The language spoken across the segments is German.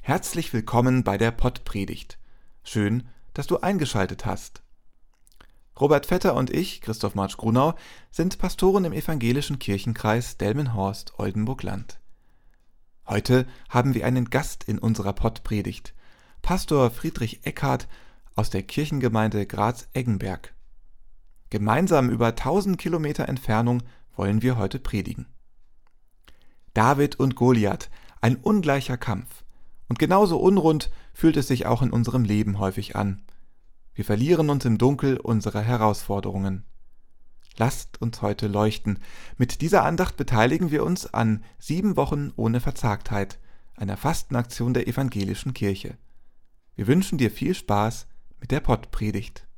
Herzlich willkommen bei der Pottpredigt. Schön, dass du eingeschaltet hast. Robert Vetter und ich, Christoph Marsch-Grunau, sind Pastoren im evangelischen Kirchenkreis Delmenhorst-Oldenburg-Land. Heute haben wir einen Gast in unserer Pottpredigt, Pastor Friedrich Eckhardt aus der Kirchengemeinde Graz-Eggenberg. Gemeinsam über 1000 Kilometer Entfernung wollen wir heute predigen. David und Goliath, ein ungleicher Kampf. Und genauso unrund fühlt es sich auch in unserem Leben häufig an. Wir verlieren uns im Dunkel unserer Herausforderungen. Lasst uns heute leuchten. Mit dieser Andacht beteiligen wir uns an 7 Wochen ohne Verzagtheit, einer Fastenaktion der evangelischen Kirche. Wir wünschen dir viel Spaß mit der Pottpredigt.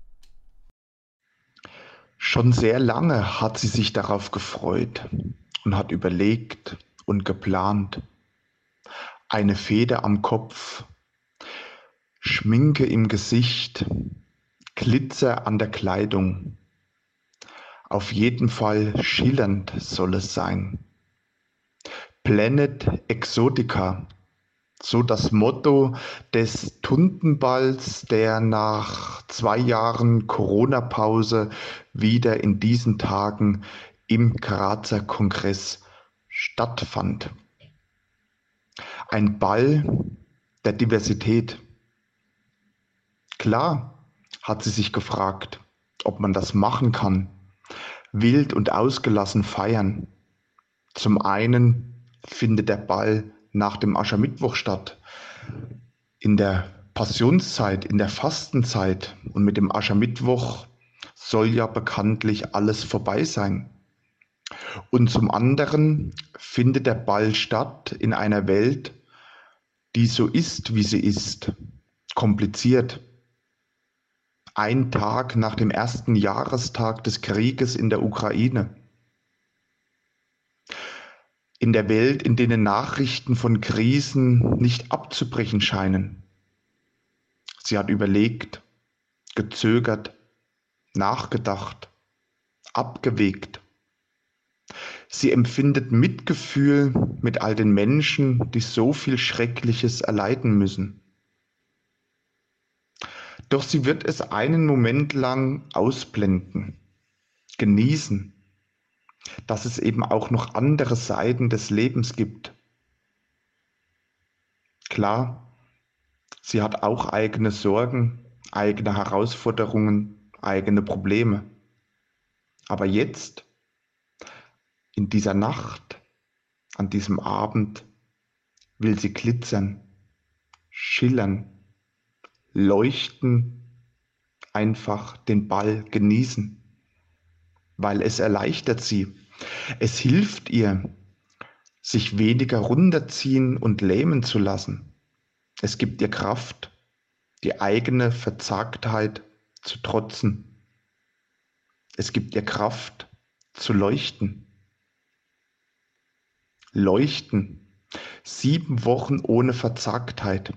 Schon sehr lange hat sie sich darauf gefreut und hat überlegt und geplant. Eine Feder am Kopf, Schminke im Gesicht, Glitzer an der Kleidung. Auf jeden Fall schillernd soll es sein. Planet Exotica, so das Motto des Tuntenballs, der nach 2 Jahren Corona-Pause wieder in diesen Tagen im Grazer Kongress stattfand. Ein Ball der Diversität. Klar, hat sie sich gefragt, ob man das machen kann. Wild und ausgelassen feiern. Zum einen findet der Ball nach dem Aschermittwoch statt. In der Passionszeit, in der Fastenzeit, und mit dem Aschermittwoch soll ja bekanntlich alles vorbei sein. Und zum anderen findet der Ball statt in einer Welt, die so ist, wie sie ist, kompliziert. Ein Tag nach dem ersten Jahrestag des Krieges in der Ukraine. In der Welt, in denen Nachrichten von Krisen nicht abzubrechen scheinen. Sie hat überlegt, gezögert, nachgedacht, abgewegt. Sie empfindet Mitgefühl mit all den Menschen, die so viel Schreckliches erleiden müssen. Doch sie wird es einen Moment lang ausblenden, genießen, dass es eben auch noch andere Seiten des Lebens gibt. Klar, sie hat auch eigene Sorgen, eigene Herausforderungen, eigene Probleme. Aber jetzt, in dieser Nacht, an diesem Abend, will sie glitzern, schillern, leuchten, einfach den Ball genießen, weil es erleichtert sie. Es hilft ihr, sich weniger runterziehen und lähmen zu lassen. Es gibt ihr Kraft, die eigene Verzagtheit zu trotzen. Es gibt ihr Kraft, zu leuchten. Leuchten. 7 Wochen ohne Verzagtheit.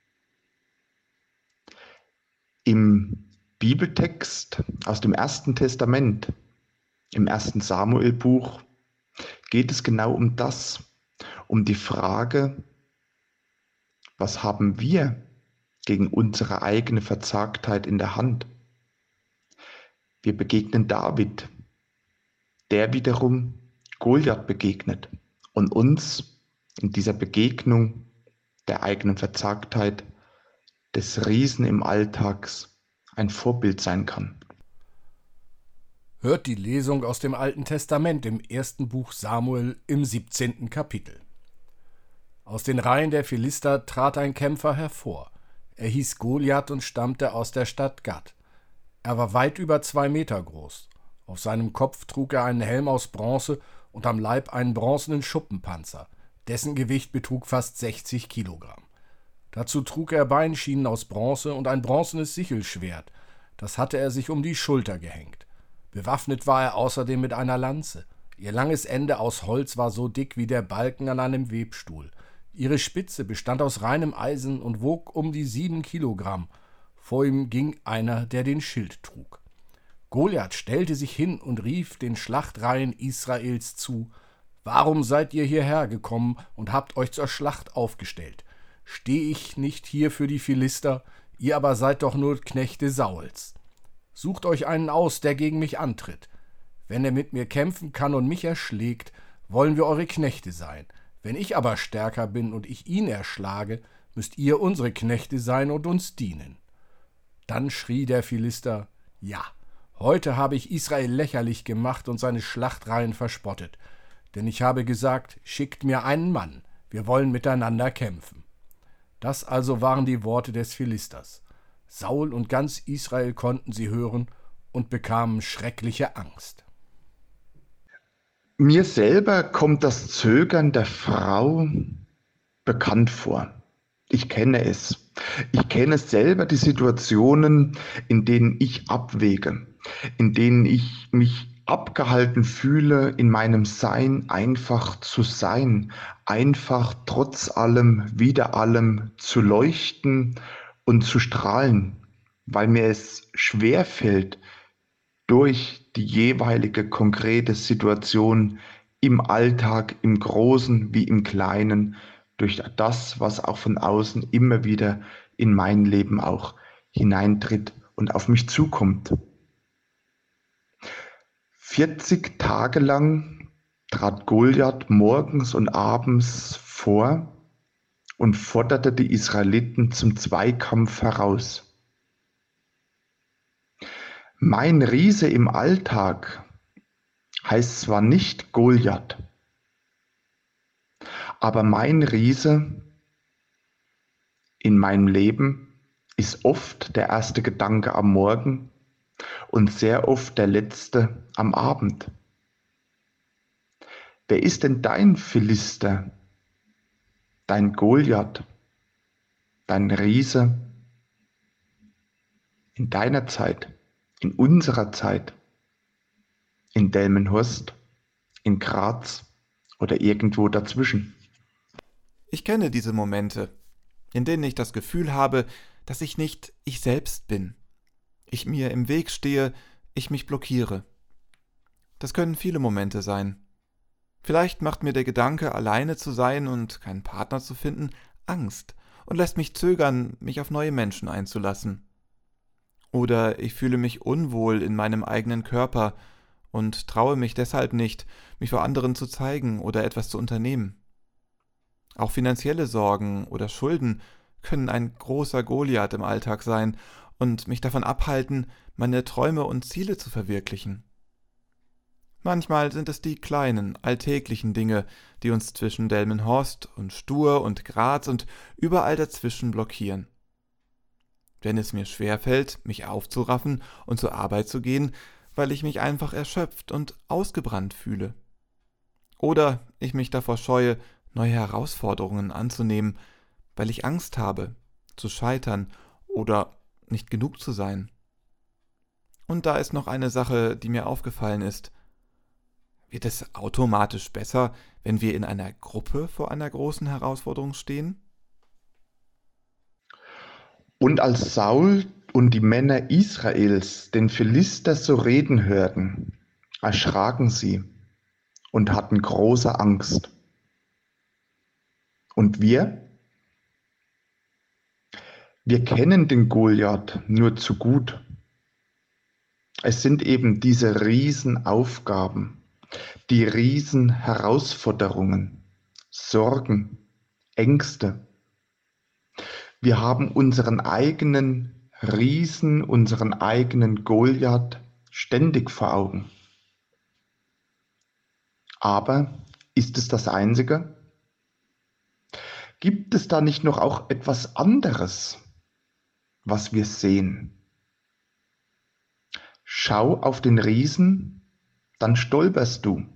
Im Bibeltext aus dem Ersten Testament, im 1. Samuel-Buch, geht es genau um das, um die Frage, was haben wir gegen unsere eigene Verzagtheit in der Hand? Wir begegnen David, der wiederum Goliath begegnet und uns in dieser Begegnung der eigenen Verzagtheit des Riesen im Alltag ein Vorbild sein kann. Hört die Lesung aus dem Alten Testament im 1. Buch Samuel im 17. Kapitel. Aus den Reihen der Philister trat ein Kämpfer hervor. Er hieß Goliath und stammte aus der Stadt Gat. Er war weit über 2 Meter groß. Auf seinem Kopf trug er einen Helm aus Bronze und am Leib einen bronzenen Schuppenpanzer. Dessen Gewicht betrug fast 60 Kilogramm. Dazu trug er Beinschienen aus Bronze und ein bronzenes Sichelschwert. Das hatte er sich um die Schulter gehängt. Bewaffnet war er außerdem mit einer Lanze. Ihr langes Ende aus Holz war so dick wie der Balken an einem Webstuhl. Ihre Spitze bestand aus reinem Eisen und wog um die 7 Kilogramm. Vor ihm ging einer, der den Schild trug. Goliath stellte sich hin und rief den Schlachtreihen Israels zu: »Warum seid ihr hierher gekommen und habt euch zur Schlacht aufgestellt? Stehe ich nicht hier für die Philister? Ihr aber seid doch nur Knechte Sauls. Sucht euch einen aus, der gegen mich antritt. Wenn er mit mir kämpfen kann und mich erschlägt, wollen wir eure Knechte sein. Wenn ich aber stärker bin und ich ihn erschlage, müsst ihr unsere Knechte sein und uns dienen. Dann schrie der Philister: Ja, heute habe ich Israel lächerlich gemacht und seine Schlachtreihen verspottet. Denn ich habe gesagt: Schickt mir einen Mann, wir wollen miteinander kämpfen. Das also waren die Worte des Philisters. Saul und ganz Israel konnten sie hören und bekamen schreckliche Angst. Mir selber kommt das Zögern der Frau bekannt vor. Ich kenne es. Ich kenne selber die Situationen, in denen ich abwäge, in denen ich mich abgehalten fühle, in meinem Sein einfach zu sein, einfach trotz allem, wider allem zu leuchten und zu strahlen, weil mir es schwerfällt, durch die jeweilige konkrete Situation im Alltag, im Großen wie im Kleinen, durch das, was auch von außen immer wieder in mein Leben auch hineintritt und auf mich zukommt. 40 Tage lang trat Goliath morgens und abends vor und forderte die Israeliten zum Zweikampf heraus. Mein Riese im Alltag heißt zwar nicht Goliath, aber mein Riese in meinem Leben ist oft der erste Gedanke am Morgen und sehr oft der letzte am Abend. Wer ist denn dein Philister, dein Goliath, dein Riese in deiner Zeit, in unserer Zeit, in Delmenhorst, in Graz oder irgendwo dazwischen? Ich kenne diese Momente, in denen ich das Gefühl habe, dass ich nicht ich selbst bin. Ich mir im Weg stehe, ich mich blockiere. Das können viele Momente sein. Vielleicht macht mir der Gedanke, alleine zu sein und keinen Partner zu finden, Angst und lässt mich zögern, mich auf neue Menschen einzulassen. Oder ich fühle mich unwohl in meinem eigenen Körper und traue mich deshalb nicht, mich vor anderen zu zeigen oder etwas zu unternehmen. Auch finanzielle Sorgen oder Schulden können ein großer Goliath im Alltag sein und mich davon abhalten, meine Träume und Ziele zu verwirklichen. Manchmal sind es die kleinen, alltäglichen Dinge, die uns zwischen Delmenhorst und Stur und Graz und überall dazwischen blockieren. Wenn es mir schwerfällt, mich aufzuraffen und zur Arbeit zu gehen, weil ich mich einfach erschöpft und ausgebrannt fühle. Oder ich mich davor scheue, neue Herausforderungen anzunehmen, weil ich Angst habe, zu scheitern oder nicht genug zu sein. Und da ist noch eine Sache, die mir aufgefallen ist. Wird es automatisch besser, wenn wir in einer Gruppe vor einer großen Herausforderung stehen? Und als Saul und die Männer Israels den Philister so reden hörten, erschraken sie und hatten große Angst. Und wir? Wir kennen den Goliath nur zu gut. Es sind eben diese Riesenaufgaben, die Riesenherausforderungen, Sorgen, Ängste. Wir haben unseren eigenen Riesen, unseren eigenen Goliath ständig vor Augen. Aber ist es das Einzige? Gibt es da nicht noch auch etwas anderes, was wir sehen? Schau auf den Riesen, dann stolperst du.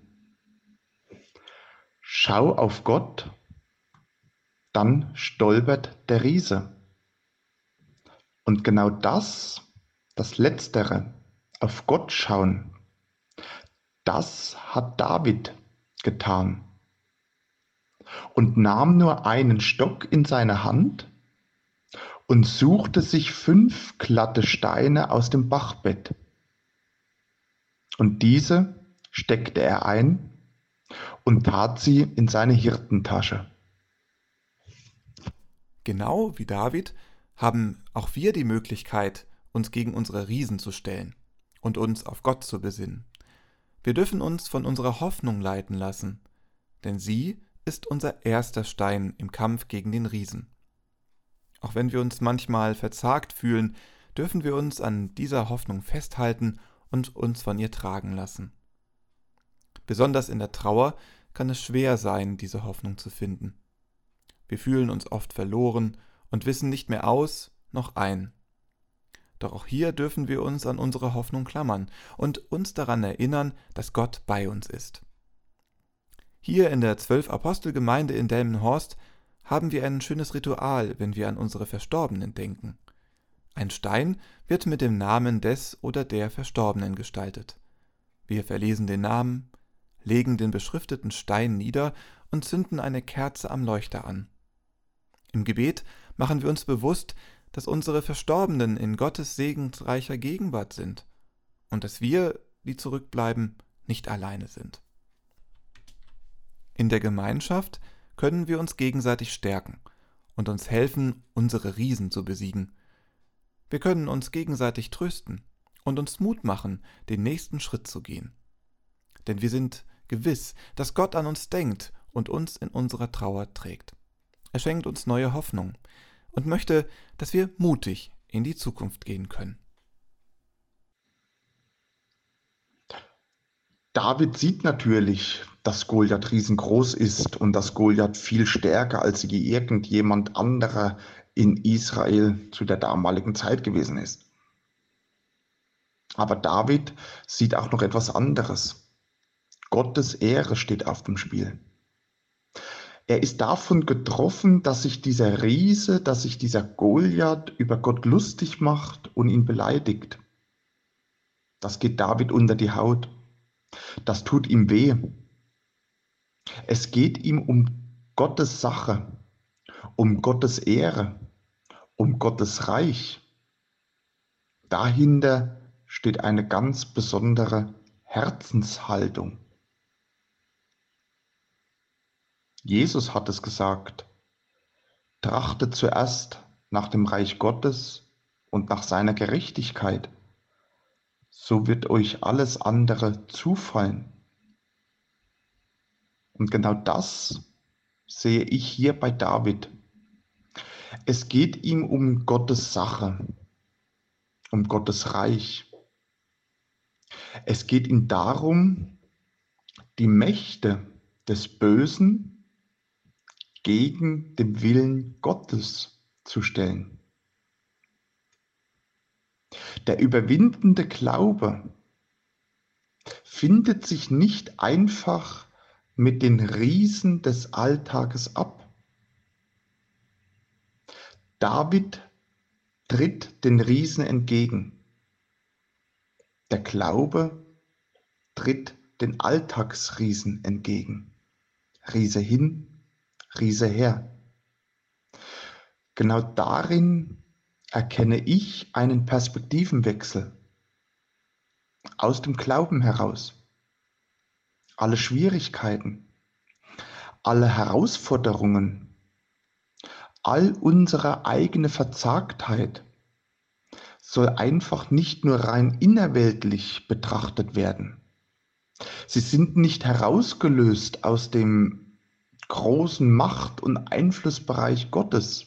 Schau auf Gott, dann stolpert der Riese. Und genau das Letztere, auf Gott schauen, das hat David getan und nahm nur einen Stock in seine Hand und suchte sich 5 glatte Steine aus dem Bachbett. Und diese steckte er ein und tat sie in seine Hirtentasche. Genau wie David haben auch wir die Möglichkeit, uns gegen unsere Riesen zu stellen und uns auf Gott zu besinnen. Wir dürfen uns von unserer Hoffnung leiten lassen, denn sie ist unser erster Stein im Kampf gegen den Riesen. Auch wenn wir uns manchmal verzagt fühlen, dürfen wir uns an dieser Hoffnung festhalten und uns von ihr tragen lassen. Besonders in der Trauer kann es schwer sein, diese Hoffnung zu finden. Wir fühlen uns oft verloren und wissen nicht mehr aus noch ein. Doch auch hier dürfen wir uns an unsere Hoffnung klammern und uns daran erinnern, dass Gott bei uns ist. Hier in der 12-Apostel-Gemeinde in Delmenhorst haben wir ein schönes Ritual, wenn wir an unsere Verstorbenen denken. Ein Stein wird mit dem Namen des oder der Verstorbenen gestaltet. Wir verlesen den Namen, legen den beschrifteten Stein nieder und zünden eine Kerze am Leuchter an. Im Gebet machen wir uns bewusst, dass unsere Verstorbenen in Gottes segensreicher Gegenwart sind und dass wir, die zurückbleiben, nicht alleine sind. In der Gemeinschaft können wir uns gegenseitig stärken und uns helfen, unsere Riesen zu besiegen. Wir können uns gegenseitig trösten und uns Mut machen, den nächsten Schritt zu gehen. Denn wir sind gewiss, dass Gott an uns denkt und uns in unserer Trauer trägt. Er schenkt uns neue Hoffnung und möchte, dass wir mutig in die Zukunft gehen können. David sieht natürlich, dass Goliath riesengroß ist und dass Goliath viel stärker als irgendjemand anderer in Israel zu der damaligen Zeit gewesen ist. Aber David sieht auch noch etwas anderes. Gottes Ehre steht auf dem Spiel. Er ist davon getroffen, dass sich dieser Riese, dass sich dieser Goliath über Gott lustig macht und ihn beleidigt. Das geht David unter die Haut. Das tut ihm weh. Es geht ihm um Gottes Sache, um Gottes Ehre, um Gottes Reich. Dahinter steht eine ganz besondere Herzenshaltung. Jesus hat es gesagt: Trachtet zuerst nach dem Reich Gottes und nach seiner Gerechtigkeit, so wird euch alles andere zufallen. Und genau das sehe ich hier bei David. Es geht ihm um Gottes Sache, um Gottes Reich. Es geht ihm darum, die Mächte des Bösen gegen den Willen Gottes zu stellen. Der überwindende Glaube findet sich nicht einfach mit den Riesen des Alltages ab. David tritt den Riesen entgegen. Der Glaube tritt den Alltagsriesen entgegen. Riese hin, Riese her. Genau darin erkenne ich einen Perspektivenwechsel aus dem Glauben heraus. Alle Schwierigkeiten, alle Herausforderungen, all unsere eigene Verzagtheit soll einfach nicht nur rein innerweltlich betrachtet werden. Sie sind nicht herausgelöst aus dem großen Macht- und Einflussbereich Gottes.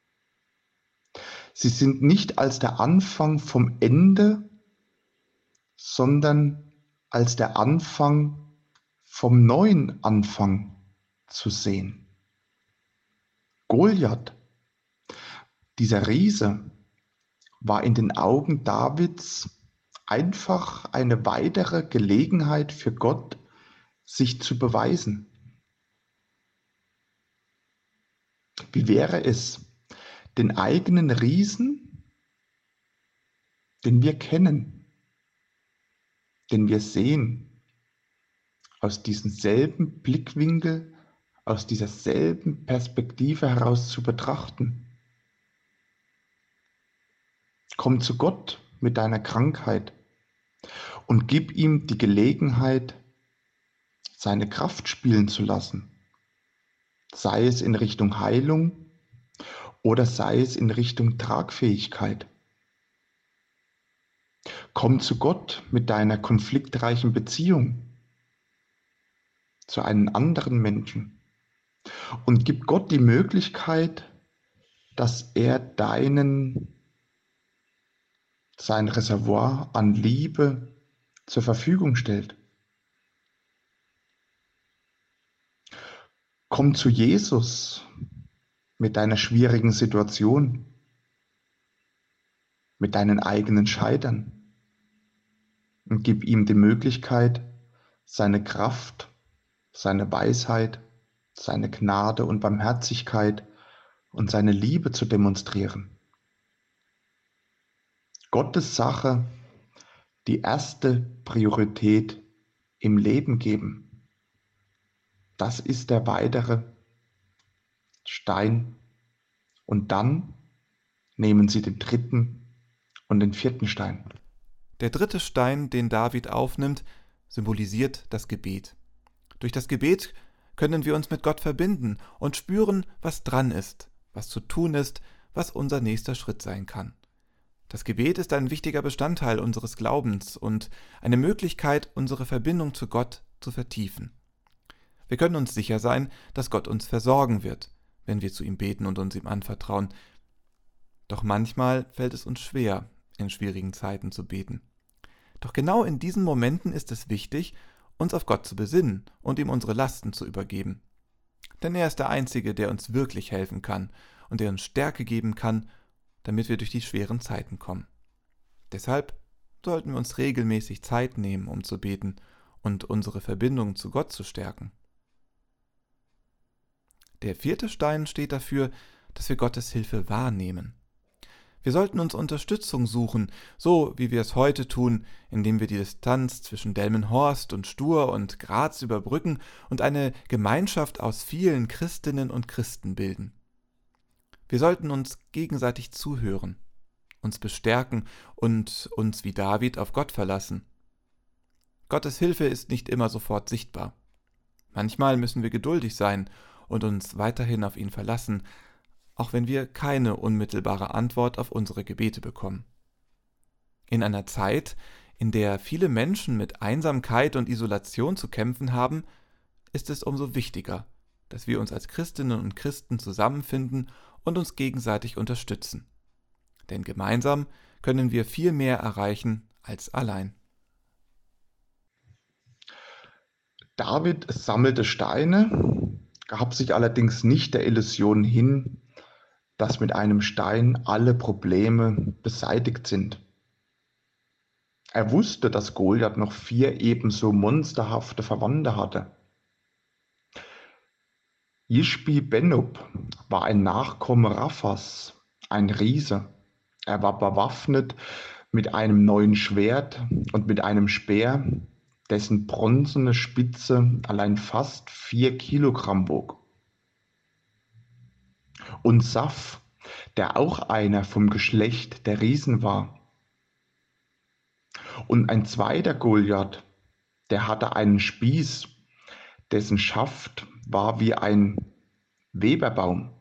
Sie sind nicht als der Anfang vom Ende, sondern als der Anfang vom neuen Anfang zu sehen. Goliath, dieser Riese, war in den Augen Davids einfach eine weitere Gelegenheit für Gott, sich zu beweisen. Wie wäre es, den eigenen Riesen, den wir kennen, den wir sehen, aus diesem selben Blickwinkel, aus dieser selben Perspektive heraus zu betrachten? Komm zu Gott mit deiner Krankheit und gib ihm die Gelegenheit, seine Kraft spielen zu lassen, sei es in Richtung Heilung oder sei es in Richtung Tragfähigkeit. Komm zu Gott mit deiner konfliktreichen Beziehung zu einem anderen Menschen und gib Gott die Möglichkeit, dass er sein Reservoir an Liebe zur Verfügung stellt. Komm zu Jesus mit deiner schwierigen Situation, mit deinen eigenen Scheitern und gib ihm die Möglichkeit, seine Kraft, seine Weisheit, seine Gnade und Barmherzigkeit und seine Liebe zu demonstrieren. Gottes Sache die erste Priorität im Leben geben. Das ist der weitere Stein. Und dann nehmen sie den dritten und den vierten Stein. Der dritte Stein, den David aufnimmt, symbolisiert das Gebet. Durch das Gebet können wir uns mit Gott verbinden und spüren, was dran ist, was zu tun ist, was unser nächster Schritt sein kann. Das Gebet ist ein wichtiger Bestandteil unseres Glaubens und eine Möglichkeit, unsere Verbindung zu Gott zu vertiefen. Wir können uns sicher sein, dass Gott uns versorgen wird, wenn wir zu ihm beten und uns ihm anvertrauen. Doch manchmal fällt es uns schwer, in schwierigen Zeiten zu beten. Doch genau in diesen Momenten ist es wichtig, uns auf Gott zu besinnen und ihm unsere Lasten zu übergeben. Denn er ist der Einzige, der uns wirklich helfen kann und der uns Stärke geben kann, damit wir durch die schweren Zeiten kommen. Deshalb sollten wir uns regelmäßig Zeit nehmen, um zu beten und unsere Verbindung zu Gott zu stärken. Der vierte Stein steht dafür, dass wir Gottes Hilfe wahrnehmen. Wir sollten uns Unterstützung suchen, so wie wir es heute tun, indem wir die Distanz zwischen Delmenhorst und Stur und Graz überbrücken und eine Gemeinschaft aus vielen Christinnen und Christen bilden. Wir sollten uns gegenseitig zuhören, uns bestärken und uns wie David auf Gott verlassen. Gottes Hilfe ist nicht immer sofort sichtbar. Manchmal müssen wir geduldig sein und uns weiterhin auf ihn verlassen, auch wenn wir keine unmittelbare Antwort auf unsere Gebete bekommen. In einer Zeit, in der viele Menschen mit Einsamkeit und Isolation zu kämpfen haben, ist es umso wichtiger, dass wir uns als Christinnen und Christen zusammenfinden und uns gegenseitig unterstützen. Denn gemeinsam können wir viel mehr erreichen als allein. David sammelte Steine, gab sich allerdings nicht der Illusion hin, dass mit einem Stein alle Probleme beseitigt sind. Er wusste, dass Goliath noch 4 ebenso monsterhafte Verwandte hatte. Ischbi-Benob war ein Nachkomme Raphas, ein Riese. Er war bewaffnet mit einem neuen Schwert und mit einem Speer, dessen bronzene Spitze allein fast 4 Kilogramm wog. Und Saf, der auch einer vom Geschlecht der Riesen war. Und ein zweiter Goliath, der hatte einen Spieß, dessen Schaft war wie ein Weberbaum.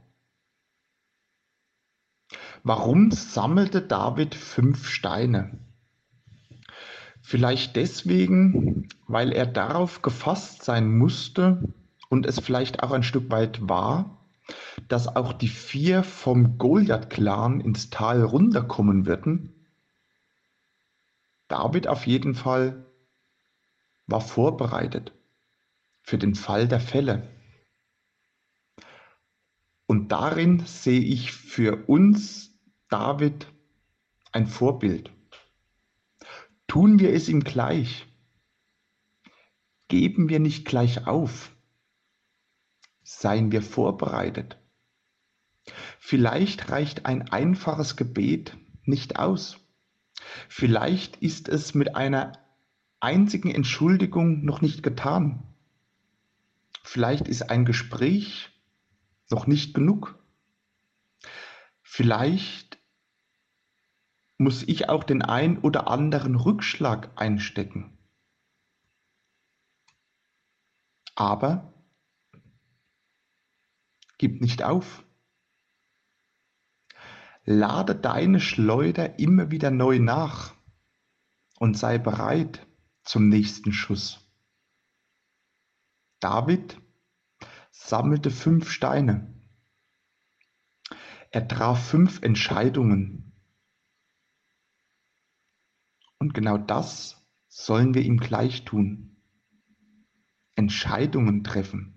Warum sammelte David 5 Steine? Vielleicht deswegen, weil er darauf gefasst sein musste und es vielleicht auch ein Stück weit war, dass auch die 4 vom Goliath-Clan ins Tal runterkommen würden. David auf jeden Fall war vorbereitet für den Fall der Fälle. Und darin sehe ich für uns, David, ein Vorbild. Tun wir es ihm gleich. Geben wir nicht gleich auf. Seien wir vorbereitet. Vielleicht reicht ein einfaches Gebet nicht aus. Vielleicht ist es mit einer einzigen Entschuldigung noch nicht getan. Vielleicht ist ein Gespräch noch nicht genug. Vielleicht muss ich auch den ein oder anderen Rückschlag einstecken. Aber gib nicht auf. Lade deine Schleuder immer wieder neu nach und sei bereit zum nächsten Schuss. David sammelte 5 Steine. Er traf 5 Entscheidungen. Und genau das sollen wir ihm gleich tun. Entscheidungen treffen.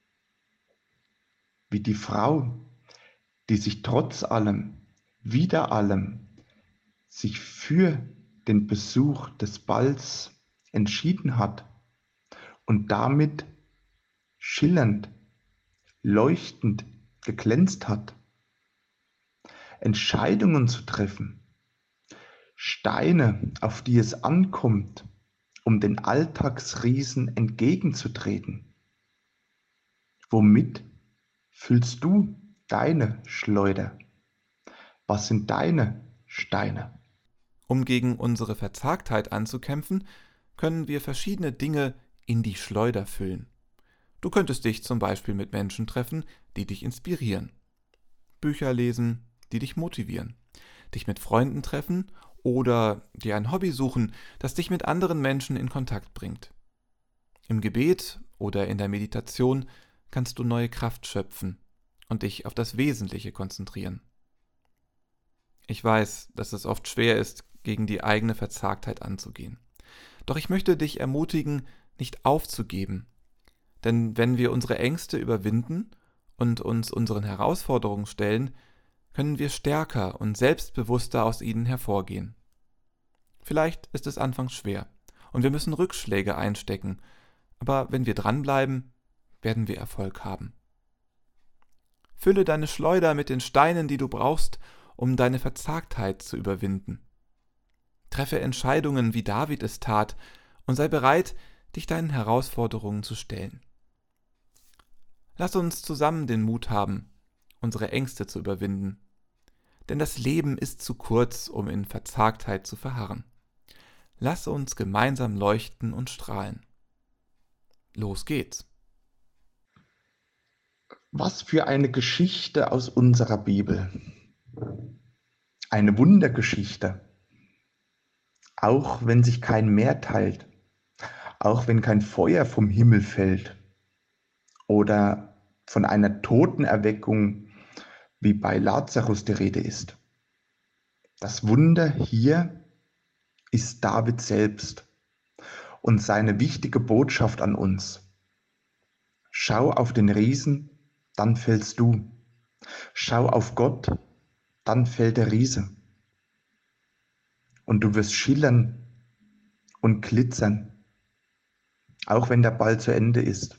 Wie die Frau, die sich trotz allem, wider allem, sich für den Besuch des Balls entschieden hat und damit schillernd, leuchtend geglänzt hat. Entscheidungen zu treffen, Steine, auf die es ankommt, um den Alltagsriesen entgegenzutreten. Womit füllst du deine Schleuder? Was sind deine Steine? Um gegen unsere Verzagtheit anzukämpfen, können wir verschiedene Dinge in die Schleuder füllen. Du könntest dich zum Beispiel mit Menschen treffen, die dich inspirieren. Bücher lesen, die dich motivieren. Dich mit Freunden treffen oder dir ein Hobby suchen, das dich mit anderen Menschen in Kontakt bringt. Im Gebet oder in der Meditation kannst du neue Kraft schöpfen und dich auf das Wesentliche konzentrieren. Ich weiß, dass es oft schwer ist, gegen die eigene Verzagtheit anzugehen. Doch ich möchte dich ermutigen, nicht aufzugeben. Denn wenn wir unsere Ängste überwinden und uns unseren Herausforderungen stellen, können wir stärker und selbstbewusster aus ihnen hervorgehen. Vielleicht ist es anfangs schwer und wir müssen Rückschläge einstecken, aber wenn wir dranbleiben, werden wir Erfolg haben. Fülle deine Schleuder mit den Steinen, die du brauchst, um deine Verzagtheit zu überwinden. Treffe Entscheidungen, wie David es tat, und sei bereit, dich deinen Herausforderungen zu stellen. Lass uns zusammen den Mut haben, unsere Ängste zu überwinden. Denn das Leben ist zu kurz, um in Verzagtheit zu verharren. Lass uns gemeinsam leuchten und strahlen. Los geht's! Was für eine Geschichte aus unserer Bibel. Eine Wundergeschichte. Auch wenn sich kein Meer teilt, auch wenn kein Feuer vom Himmel fällt oder von einer Totenerweckung wie bei Lazarus die Rede ist. Das Wunder hier ist David selbst und seine wichtige Botschaft an uns. Schau auf den Riesen, dann fällst du. Schau auf Gott, dann fällt der Riese. Und du wirst schillern und glitzern, auch wenn der Ball zu Ende ist.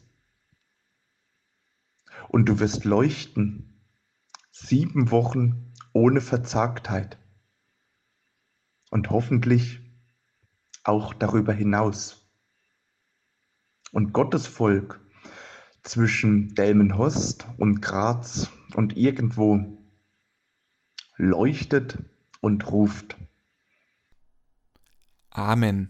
Und du wirst leuchten, 7 Wochen ohne Verzagtheit. Und hoffentlich auch darüber hinaus. Und Gottes Volk zwischen Delmenhorst und Graz und irgendwo leuchtet und ruft. Amen.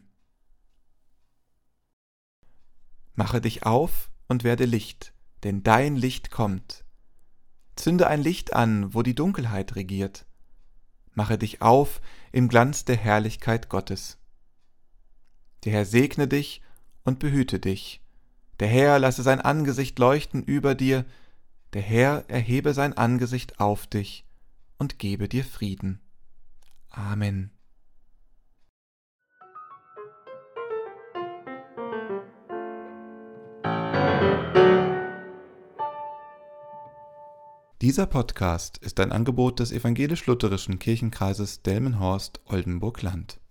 Mache dich auf und werde Licht, denn dein Licht kommt. Zünde ein Licht an, wo die Dunkelheit regiert. Mache dich auf im Glanz der Herrlichkeit Gottes. Der Herr segne dich und behüte dich. Der Herr lasse sein Angesicht leuchten über dir. Der Herr erhebe sein Angesicht auf dich und gebe dir Frieden. Amen. Dieser Podcast ist ein Angebot des Evangelisch-Lutherischen Kirchenkreises Delmenhorst-Oldenburg-Land.